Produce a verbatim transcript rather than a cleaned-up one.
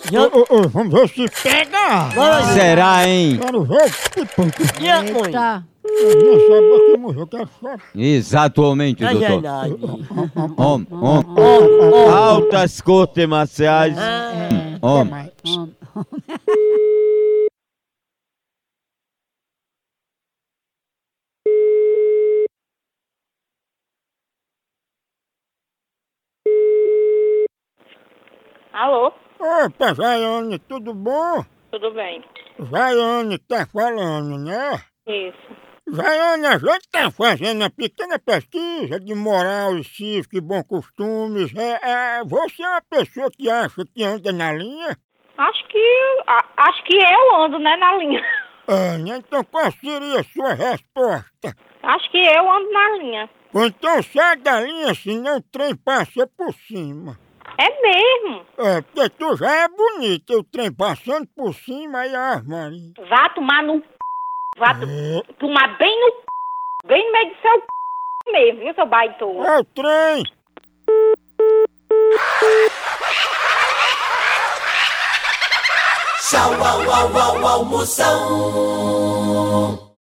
Já... Ô, ô, ô, vamos ver se pega! Bora, gente. Será, hein? Quero ver que ponto. Já, mãe. Eita. Não sabe que morreu, que é só. Exatamente, É doutor. verdade. Om, om. Homem, homem. Altas cortes marciais. Ah, Até Om. mais. Alô, Opa, Jaiane, tudo bom? tudo bem? Jaiane tá falando, né? Isso. Jaiane, a gente tá fazendo uma pequena pesquisa de moral e cívica e bons costumes. É, é, você é uma pessoa que acha que anda na linha? Acho que a- acho que eu ando, né, na linha. É, né? Então qual seria a sua resposta? Acho que eu ando na linha. Ou então sai da linha, senão o trem passa por cima. É mesmo? É, porque tu já é bonita, o trem passando por cima aí a Maria. Vá tomar no c... Vá to- É, tomar bem no c... Bem no meio do seu c... mesmo, viu, seu baitola? é o trem! Tchau, au, au, au, almoção.